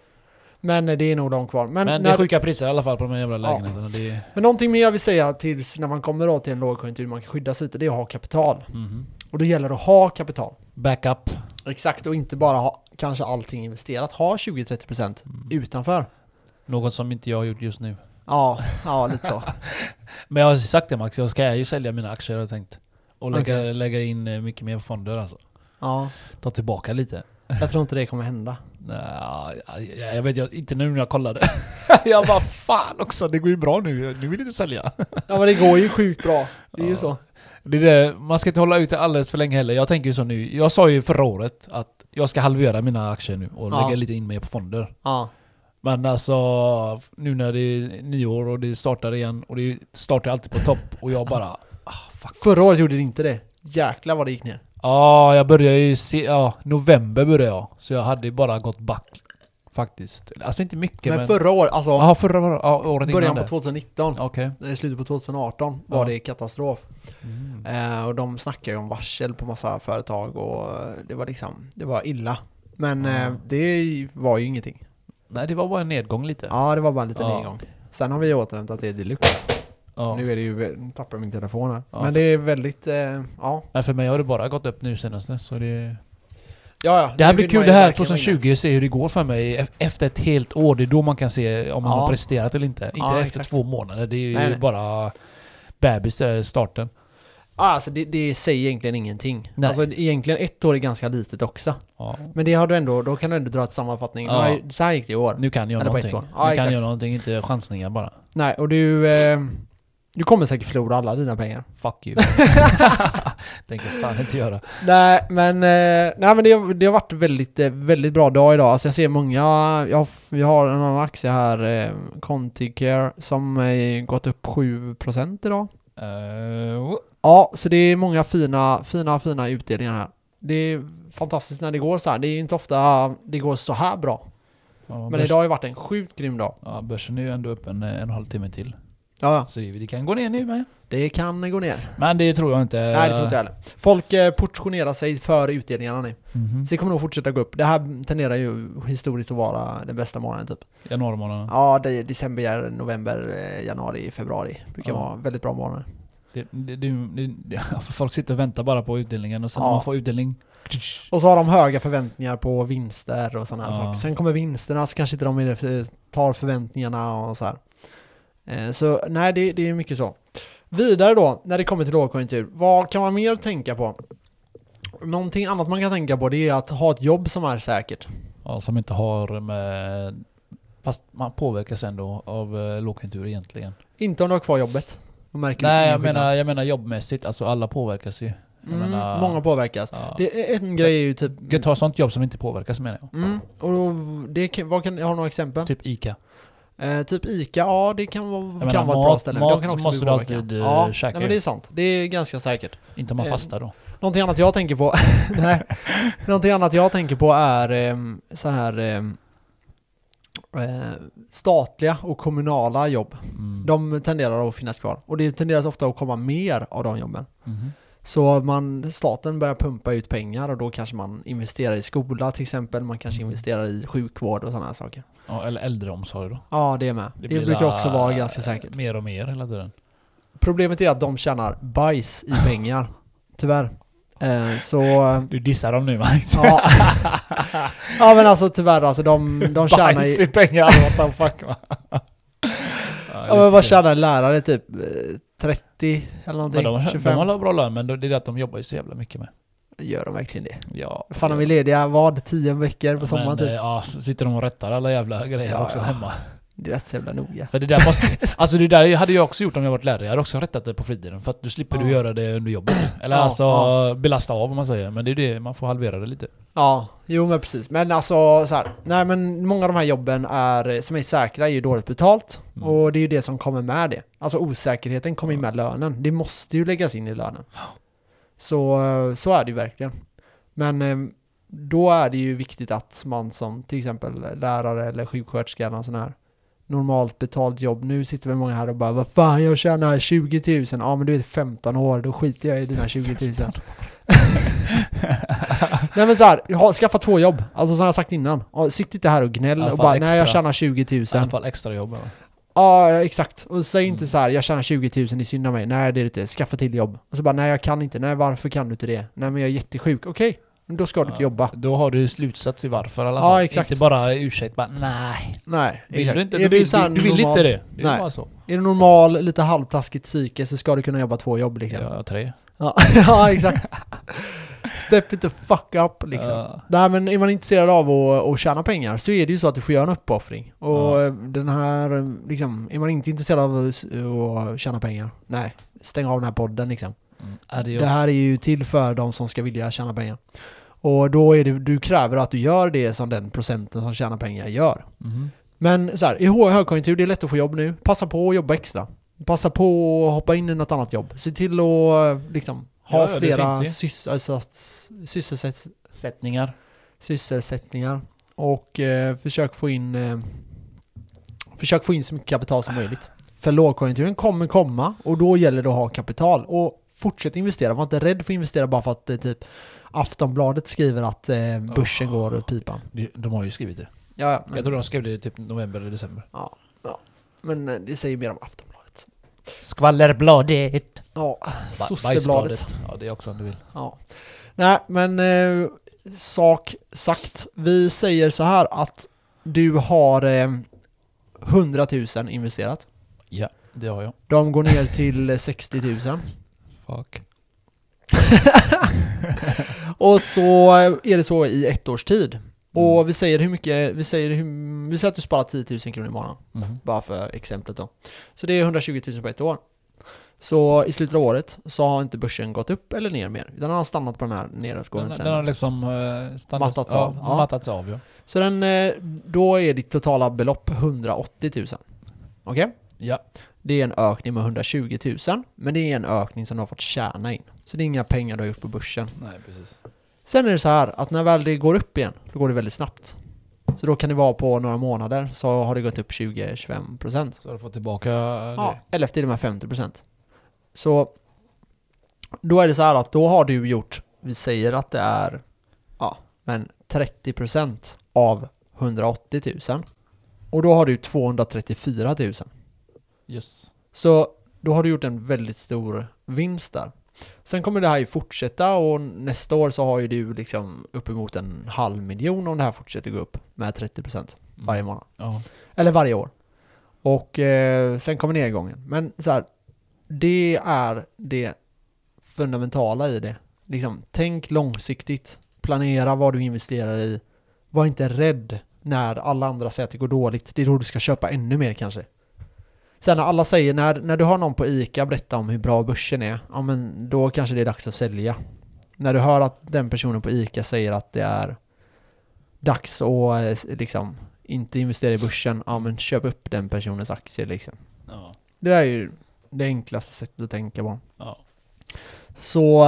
Men det är nog de kvar. Men det är sjuka priser i alla fall på de här jävla lägenheterna. Det... Men någonting mer jag vill säga tills när man kommer då till en lågkonjunktur man kan skydda sig lite, det är att ha kapital. Och då gäller det att ha kapital. Backup. Exakt, och inte bara ha kanske allting investerat. Ha 20-30% utanför. Något som inte jag har gjort just nu. Ja, lite så. Men jag har sagt det Max, jag ska ju sälja mina aktier har jag tänkt. Och lägga in mycket mer fonder alltså. Ja. Ta tillbaka lite. Jag tror inte det kommer hända. Nej, jag vet inte nu när jag kollade. Jag bara fan också, det går ju bra nu. Nu vill inte sälja. Ja, men det går ju sjukt bra. Det är ju så. Det är det. Man ska inte hålla ut det alldeles för länge heller. Jag tänker ju så nu. Jag sa ju förra året att jag ska halvera mina aktier nu och lägga lite in mer på fonder. Ja. Men alltså, nu när det är nyår och det startar igen och det startar alltid på topp och jag bara, fuck. Förra året gjorde det inte det. Jäklar vad det gick ner. Ja, jag började ju november började jag. Så jag hade bara gått back faktiskt. Alltså inte mycket. Men förra året, alltså. Ja, förra året innan. Början på 2019. Okej. I slutet på 2018 var det katastrof. Och de snackade ju om varsel på massa företag och det var illa. Men det var ju ingenting. Nej, det var bara en nedgång lite. Ja, det var bara en liten nedgång. Sen har vi återhämtat det deluxe. Ja. Nu är det ju, tappar min telefon här. Ja, men det är väldigt, Nej, för mig har det bara gått upp nu senaste, så det... Ja, det här blir kul det här 2020 att se hur det går för mig efter ett helt år. Det är då man kan se om man har presterat eller inte. Inte efter 2 månader. Det är ju bara bebis där starten. Alltså det säger egentligen ingenting. Nej. Alltså egentligen 1 år är ganska litet också. Ja. Men det har du ändå, då kan du ändå dra ett sammanfattning. Ja. Så här gick det i år. Nu kan jag någonting. Nu kan jag någonting, inte chansningar bara. Nej, och du kommer säkert förlora alla dina pengar. Fuck you. Tänker fan inte göra. Nej, men det har varit väldigt, väldigt bra dag idag. Alltså jag ser många, vi har en annan aktie här, Conticare, som gått upp 7% idag. Ja, så det är många fina utdelningar här. Det är fantastiskt när det går så här. Det är inte ofta det går så här bra. Ja, men idag har ju varit en sjukt grym dag. Ja, börsen är ju ändå upp en halvtimme till. Ja. Så det kan gå ner nu med. Det kan gå ner. Men det tror jag inte. Nej, det tror inte jag heller. Folk portionerar sig för utdelningarna nu. Så det kommer nog fortsätta gå upp. Det här tenderar ju historiskt att vara den bästa månaden typ. Januari-månaden. Ja, det är december, november, januari, februari. Brukar vara väldigt bra månader. Folk sitter och väntar bara på utdelningen och sen när man får utdelning. Och så har de höga förväntningar på vinster och sådana här saker. Sen kommer vinsterna så kanske inte de tar förväntningarna och så här. Så nej, det är mycket så. Vidare då, när det kommer till lågkonjunktur, vad kan man mer tänka på? Någonting annat man kan tänka på, det är att ha ett jobb som är säkert. Ja, som inte har med... Fast man påverkas ändå av lågkonjunktur egentligen. Inte om du har kvar jobbet. Nej, jag menar jobbmässigt, alltså alla påverkas ju. Många påverkas. Ja. En grej är ju typ... Jag tar sånt jobb som inte påverkas menar jag. Och har du några exempel? Typ ICA. Typ ICA, ja det kan vara ett bra ställe. Mat kan också måste du alltid käka. Nej, men det är sant. Det är ganska säkert. Inte om man fastar då. Någonting annat jag tänker på någonting annat jag tänker på är så här statliga och kommunala jobb. De tenderar att finnas kvar. Och det tenderar ofta att komma mer av de jobben. Så staten börjar pumpa ut pengar och då kanske man investerar i skola till exempel. Man kanske investerar i sjukvård och sådana här saker. Ja, eller äldreomsorg då. Ja, det är med. Det brukar också vara ganska säkert. Mer och mer hela tiden. Problemet är att de tjänar bajs i pengar. Tyvärr. Så... Du dissar dem nu, Max. Ja. Ja, men alltså tyvärr, alltså de tjänar ju... Bajs i pengar, what the fuck, va? Ja, men vad tjänar lärare? Typ 30 eller någonting? Men 25? De har bra lön, men det är det att de jobbar ju så jävla mycket med. Gör de verkligen det? Ja. Fan, de är lediga, 10 veckor på sommaren typ? Ja, så sitter de och rättar alla jävla grejer också hemma. Det är rätt så jävla noga. För det där måste, alltså det där hade jag också gjort om jag varit lärare. Jag hade också rättat det på fritiden. För att du slipper du göra det under jobbet. Eller belasta av, om man säger. Men det är det, man får halvera det lite. Ja, jo men precis. Men alltså så här, nej men många av de här jobben som är säkra är ju dåligt betalt. Och det är ju det som kommer med det. Alltså osäkerheten kommer in med lönen. Det måste ju läggas in i lönen. Så är det ju verkligen. Men då är det ju viktigt att man som till exempel lärare eller sjuksköterska eller sån här normalt betalt jobb. Nu sitter väl många här och bara, vad fan, jag tjänar 20 000. Ja, men du är 15 år, då skiter jag i dina 20 000. Nej men så här, skaffa 2 jobb. Alltså som jag sagt innan. Sitt inte här och gnäll och bara, nej jag tjänar 20 000. I alla fall extra jobb. Ja, exakt. Och säg inte så här, jag tjänar 20 000, det är synd av mig. Nej, det är det inte. Skaffa till jobb. Och så bara, nej jag kan inte. Nej, varför kan du inte det? Nej, men jag är jättesjuk. Okej. Men då ska du inte jobba. Då har du slutsats i varför i alla fall. Ja, exakt. Inte bara ursäkt, bara nej. Vill du inte? Du vill inte det. Det är bara så. Är du normal, lite halvtaskigt psyke så ska du kunna jobba 2 jobb liksom. Ja, 3. Ja, exakt. Step it the fuck up liksom. Nej, men är man intresserad av att tjäna pengar så är det ju så att du får göra en uppoffring. Och den här, liksom, är man inte intresserad av att tjäna pengar, nej, stäng av den här podden liksom. Det här är ju till för de som ska vilja tjäna pengar. Och då är det, du kräver att du gör det som den procenten som tjänar pengar gör. Men så här, i högkonjunktur, det är lätt att få jobb nu. Passa på att jobba extra. Passa på att hoppa in i något annat jobb. Se till att liksom ha flera sysselsättningar. Och försök få in så mycket kapital som möjligt. För lågkonjunkturen kommer komma och då gäller det att ha kapital. Och fortsätt investera. Var inte rädd för att investera bara för att typ Aftonbladet skriver att börsen går åt pipan. De har ju skrivit det. Ja, jag tror de skrev det i typ november eller december. Ja. Men det säger mer om Aftonbladet. Skvallerbladet. Ja, sossebladet. Ja, det är också om du vill. Ja. Nej, men sak sagt. Vi säger så här att du har 100 000 investerat. Ja, det har jag. De går ner till 60 000. Fuck. Och så är det så i 1 års tid. Och vi säger att du sparar 10 000 kronor i månaden. Bara för exemplet då. Så det är 120 000 på 1 år. Så i slutet av året så har inte börsen gått upp eller ner mer. Den har stannat på den här nedåtgående trenden. Den har liksom mattats av. Ja. Så då är ditt totala belopp 180 000. Okej? Ja. Det är en ökning med 120 000. Men det är en ökning som du har fått tjäna in. Så det är inga pengar du har gjort på börsen. Nej, precis. Sen är det så här att när väl det går upp igen, då går det väldigt snabbt. Så då kan det vara på några månader så har det gått upp 20-25%. Så har du fått tillbaka det? Ja, eller till och med 50%. Så då är det så här att då har du gjort, vi säger att det är 30% av 180 000. Och då har du 234 000. Yes. Så då har du gjort en väldigt stor vinst där. Sen kommer det här ju fortsätta och nästa år så har ju du liksom uppemot 500 000 om det här fortsätter gå upp med 30% varje månad. Ja. Eller varje år. Och sen kommer nedgången. Men så här, det är det fundamentala i det. Liksom, tänk långsiktigt. Planera vad du investerar i. Var inte rädd när alla andra säger att det går dåligt. Det är då du ska köpa ännu mer kanske. Sen när alla säger, när du har någon på ICA berätta om hur bra börsen är, ja men då kanske det är dags att sälja. När du hör att den personen på ICA säger att det är dags att liksom inte investera i börsen, ja men köp upp den personens aktier liksom. Ja. Det är ju det enklaste sättet att tänka på. Ja. Så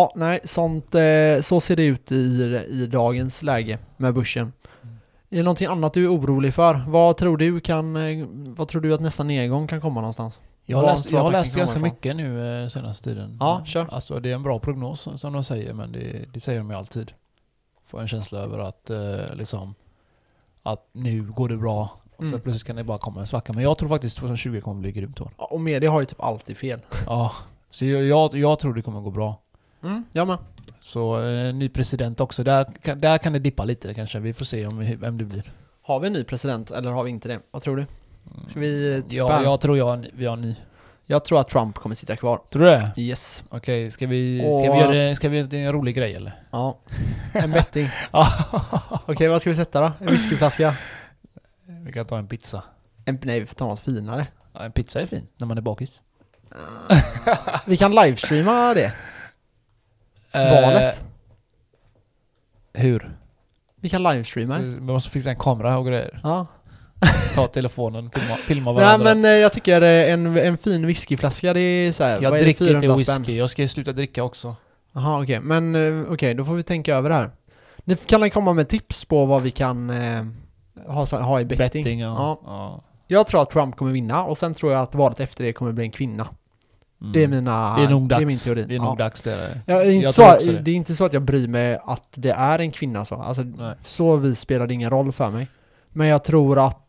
så ser det ut i dagens läge med börsen. Är det någonting annat du är orolig för? Vad tror du att nästa nedgång kan komma någonstans? Jag har läst ganska mycket nu senaste tiden. Ja, kör. Alltså det är en bra prognos som de säger, men det säger de ju alltid. Får en känsla över att att nu går det bra och så plötsligt kan det bara komma en svacka. Men jag tror faktiskt att 2020 kommer bli grymt år. Ja, och media har ju typ alltid fel. Ja, så jag tror det kommer gå bra. Jag med. Så ny president också. Där kan det dippa lite kanske. Vi får se vem det blir. Har vi en ny president eller har vi inte det? Vad tror du? Ska vi tippa? Ja, jag tror vi har en ny. Jag tror att Trump kommer sitta kvar. Tror du det? Yes. Okej, ska vi göra en rolig grej eller? Ja. En betting. Okej, vad ska vi sätta då? En whiskyflaska? Vi kan ta en pizza. Nej, vi får ta något finare. Ja, en pizza är fin när man är bakis. Vi kan livestreama det. Valet. Hur? Vi kan livestreama det. Vi måste fixa en kamera och grejer. Ja. Ta telefonen, filma varandra. Nej, men jag tycker en fin whiskyflaska, det är så här. Jag dricker inte whisky, jag ska sluta dricka också. Jaha, okej. Men okej, då får vi tänka över det här. Ni kan komma med tips på vad vi kan ha i betting. Ja. Jag tror att Trump kommer vinna och sen tror jag att valet efter det kommer bli en kvinna. Det är min teori. Det är nog dags det. Det är inte så att jag bryr mig att det är en kvinna så. Alltså, så vi spelar det ingen roll för mig. Men jag tror att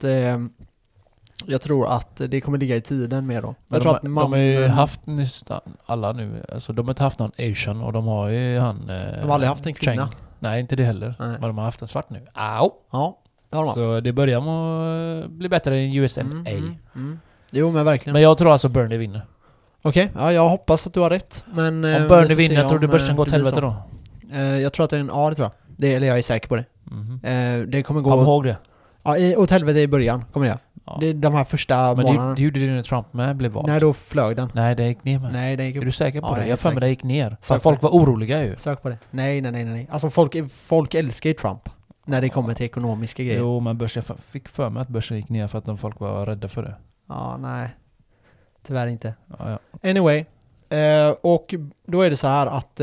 det kommer ligga i tiden mer då. De har ju haft nästan alla nu. Alltså de har inte haft någon Asian och de har ju han... de har aldrig haft en kvinna. Cheng. Nej, inte det heller. Nej. Men de har haft en svart nu. Au! Ja, det har de haft. Så det börjar med att bli bättre än USMA. Jo, men verkligen. Men jag tror alltså Bernie vinner. Okej, ja, jag hoppas att du har rätt. Men, om Bernie vinner, tror du börsen går till helvete då? Jag tror att det är en A, det tror jag. Eller jag är säker på det. Det kommer gå... Kom ihåg det. Ja, åt helvete i början, kommer det. Ja. Det är de här första månaderna. Men det gjorde det när Trump med blev vald. Nej, då flög den. Nej, det gick ner med. Nej, det gick upp. Är du säker på ja, det? Jag för mig det gick ner. Så folk var oroliga ju. Sök på det. Nej. Alltså folk älskar ju Trump när det kommer till ekonomiska grejer. Jo, men jag fick för mig att börsen gick ner för att folk var rädda för det. Ja, nej. Tyvärr inte. Ja. Anyway. Och då är det så här att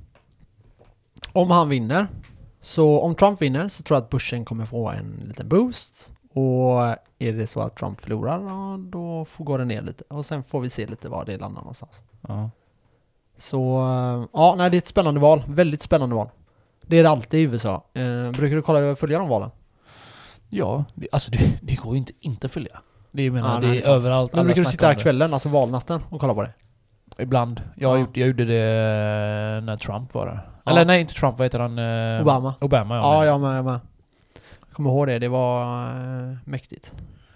om han vinner, så om Trump vinner så tror jag att börsen kommer få en liten boost. Och är det så att Trump förlorar, ja, då går det ner lite. Och sen får vi se lite var det landar någonstans. Ja. Så, det är ett spännande val. Väldigt spännande val. Det är det alltid i USA. Brukar du följa de valen? Ja, det går ju inte att följa. Det är sant. Överallt. Men brukar du sitta här kvällen, alltså valnatten, och kolla på det? Ibland. Jag gjorde det när Trump var där. Ja. Eller nej, inte Trump, vad heter han? Obama, ja. Jag med. Jag kommer ihåg det var mäktigt.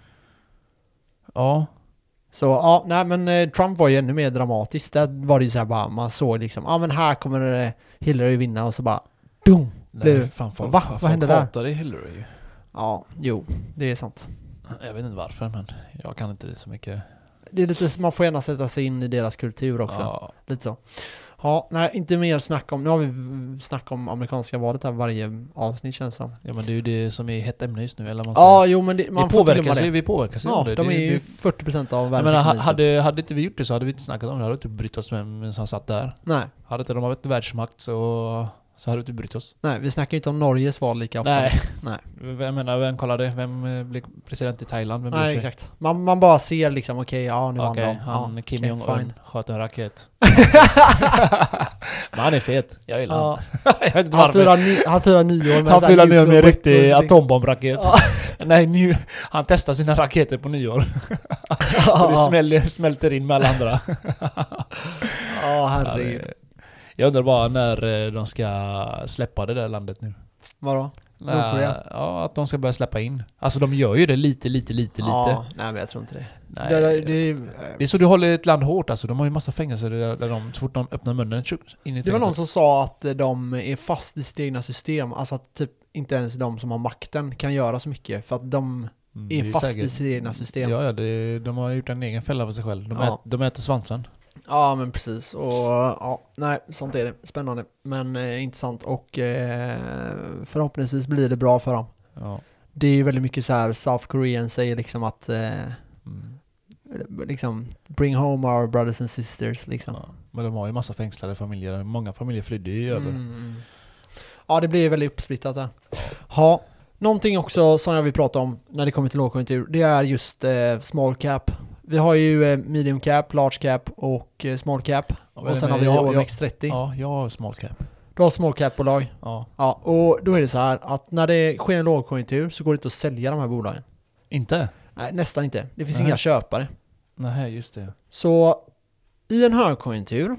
Ja. Så, men Trump var ju ännu mer dramatiskt. Där var det ju så här bara, man såg liksom, men här kommer Hillary vinna och så bara, boom! Vad hände där? Hatade Hillary. Ja, jo, det är sant. Jag vet inte varför, men jag kan inte det så mycket. Det är lite, man får gärna sätta sig in i deras kultur också. Ja. Lite så. Ja, nej, inte mer snack om. Nu har vi snack om amerikanska valet här varje avsnitt, känns som. Ja, men det är ju det som är hett ämne just nu, eller man säger. Jo, men man vi påverkas ju. Ja, det. De är ju 40% av världens ekonomi. Hade inte vi gjort det så hade vi inte snackat om det. Hade inte brytt oss vem som satt där. Nej. Hade inte de varit världsmakt så hade vi inte brytt oss. Nej, vi snackar inte om Norges val lika ofta. Nej. Jag menar, vem kollade? Vem blev president i Thailand? Nej, exakt. Man bara ser liksom, nu vann de. Han Kim Jong-Un sköt en raket. Men han är fet. Jag gillar han. Jag vet inte varför. Han firar nyår med han firar nyår med en riktig atombombraket. Nej, han testar sina raketer på nyår. Så det smälter in med alla andra. Herregud. Jag undrar bara när de ska släppa det där landet nu. Vadå? Ja, att de ska börja släppa in. Alltså de gör ju det lite. Nej, men jag tror inte det. Nej, det är så du håller ett land hårt. Alltså de har ju massa fängelser där de, så fort de öppnar munnen in i det var någon som sa att de är fast i sitt egna system. Alltså att typ inte ens de som har makten kan göra så mycket. För att de är fast säkert i sitt egna system. Ja, de har gjort en egen fälla för sig själv. De äter svansen. Ja, men precis. Och sånt är det. Spännande, men intressant. Och förhoppningsvis blir det bra för dem. Ja. Det är ju väldigt mycket så här, South Korean säger liksom att liksom bring home our brothers and sisters liksom. Ja. Men de har ju massa fängslade familjer. Många familjer flydde ju över. Ja, det blir väldigt uppsplittat där. Ja, någonting också som jag vill prata om när det kommer till lågkonjunktur, det är just small cap. Vi har ju medium cap, large cap och small cap. Och sen har vi OMX30. Ja, jag har small cap. Du har small cap-bolag. Ja. Och då är det så här att när det sker en lågkonjunktur så går det inte att sälja de här bolagen. Inte? Nej, nästan inte. Det finns inga köpare. Nej, just det. Så i en högkonjunktur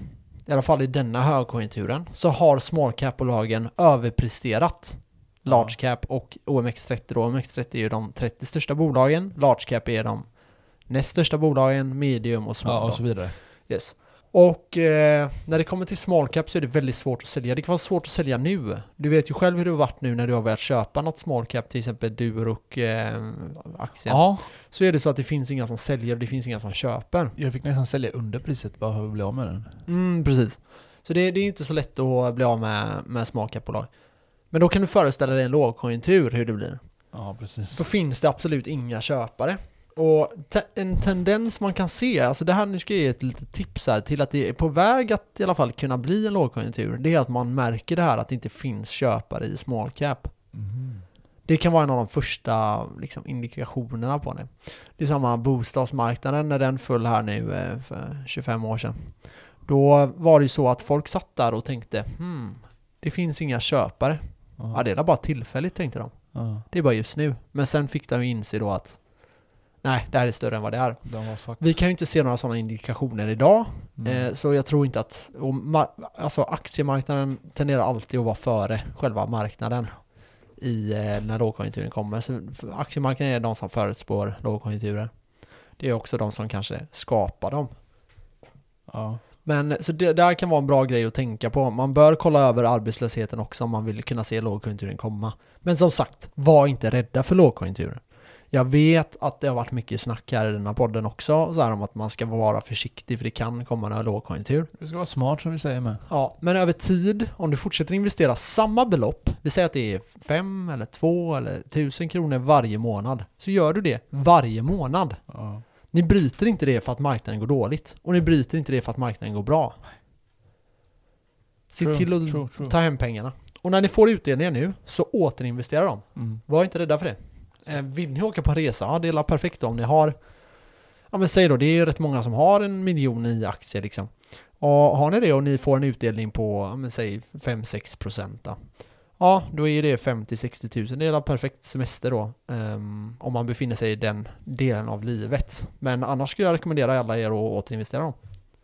i alla fall i denna högkonjunkturen, så har small cap-bolagen överpresterat large cap och OMX30 då. OMX30 är ju de 30 största bolagen, large cap är de näst största bolagen, medium och small. Ja, och så vidare. Yes. Och när det kommer till small cap så är det väldigt svårt att sälja. Det kan vara svårt att sälja nu. Du vet ju själv hur det har varit nu när du har börjat köpa något small cap, till exempel Duroc-aktien. Ja. Så är det så att det finns inga som säljer och det finns inga som köper. Jag fick nästan sälja under priset bara för att bli av med den. Precis. Så det är inte så lätt att bli av med small cap-bolag. Men då kan du föreställa dig en lågkonjunktur hur det blir. Ja, precis. Då finns det absolut inga köpare. Och en tendens man kan se, alltså det här, nu ska jag ge ett litet tips här till att det är på väg att i alla fall kunna bli en lågkonjunktur. Det är att man märker det här att det inte finns köpare i small cap. Det kan vara en av de första liksom, indikationerna på det. Det är samma bostadsmarknaden när den föll här nu för 25 år sedan. Då var det ju så att folk satt där och tänkte det finns inga köpare. Ja, det är bara tillfälligt, tänkte de. Det är bara just nu. Men sen fick de ju inse då att nej, det här är större än vad det är. Vi kan ju inte se några sådana indikationer idag. Så jag tror inte att alltså aktiemarknaden tenderar alltid att vara före själva marknaden när lågkonjunkturen kommer. Så aktiemarknaden är de som förutspår lågkonjunkturer. Det är också de som kanske skapar dem. Ja. Men så det där kan vara en bra grej att tänka på. Man bör kolla över arbetslösheten också om man vill kunna se lågkonjunkturen komma. Men som sagt, var inte rädda för lågkonjunkturen. Jag vet att det har varit mycket snack här i den här podden också så här om att man ska vara försiktig för det kan komma en lågkonjunktur. Du ska vara smart som vi säger med. Ja, men över tid, om du fortsätter investera samma belopp, vi säger att det är 5 eller 2 eller 1000 kronor varje månad, så gör du det varje månad. Ja. Ni bryter inte det för att marknaden går dåligt och ni bryter inte det för att marknaden går bra. Se till att ta hem pengarna. Och när ni får utdelningar nu så återinvestera dem. Var inte rädda för det. Vill ni åka på resa? Ja, det är perfekt om ni har, ja men säg då, det är rätt många som har 1 miljon i aktier liksom. Och har ni det och ni får en utdelning på, ja men säg 5-6% då. Ja, då är det 50-60 000. Det är perfekt semester då. Om man befinner sig i den delen av livet. Men annars skulle jag rekommendera alla er att återinvestera dem.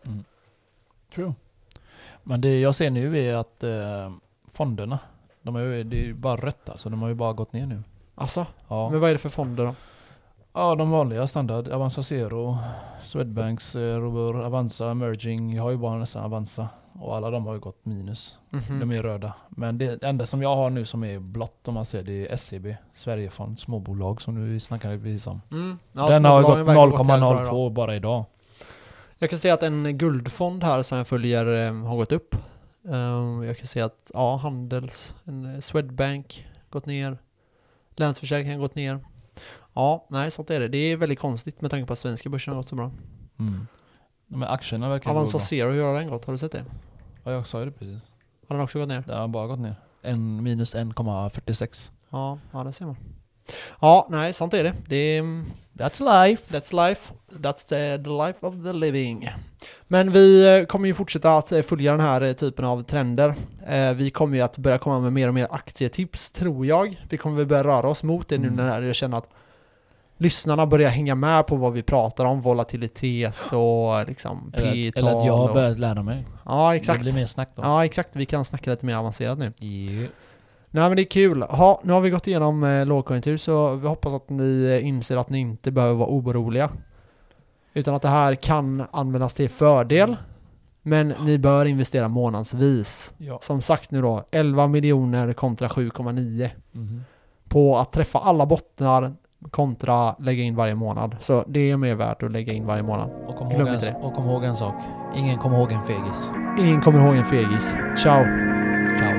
True. Men det jag ser nu är att fonderna, det är bara rött alltså. De har ju bara gått ner nu. Alltså? Ja. Men vad är det för fonder då? Ja, de vanliga standard. Avanza Zero, Swedbanks, Robur, Avanza, Emerging. Jag har ju bara nästan Avanza. Och alla de har ju gått minus. De är röda. Men det enda som jag har nu som är blått om man ser det är SEB, Sverigefond, småbolag som du snackade precis om. Ja, den har gått 0,02 bara idag. Jag kan säga att en guldfond här som jag följer har gått upp. Jag kan säga att Handels, en Swedbank gått ner. Länsförsäkringen har gått ner. Ja, nej, så är det. Det är väldigt konstigt med tanke på att svenska börsen har gått så bra. Men aktierna verkar Avanza Zero, hur har den gått? Har du sett det? Ja, jag sa ju det precis. Har den också gått ner? Den har bara gått ner. Minus 1,46. Ja, det ser man. Ja, nej, sånt är det. That's life. That's life. That's the life of the living. Men vi kommer ju fortsätta att följa den här typen av trender. Vi kommer ju att börja komma med mer och mer aktietips, tror jag. Vi kommer väl börja röra oss mot det nu när jag känner att lyssnarna börjar hänga med på vad vi pratar om, volatilitet och liksom P-tal. Eller att jag har börjat lära mig. Ja, exakt. Det blir mer snack då. Ja, exakt. Vi kan snacka lite mer avancerat nu. Yeah. Nej, men det är kul. Nu har vi gått igenom lågkonjunktur så vi hoppas att ni inser att ni inte behöver vara oroliga. Utan att det här kan användas till fördel. Men ni bör investera månadsvis. Ja. Som sagt nu då, 11 miljoner kontra 7,9. På att träffa alla bottnar kontra lägga in varje månad. Så det är mer värt att lägga in varje månad. Och kom ihåg en sak. Ingen kommer ihåg en fegis. Ingen kommer ihåg en fegis. Ciao. Ciao.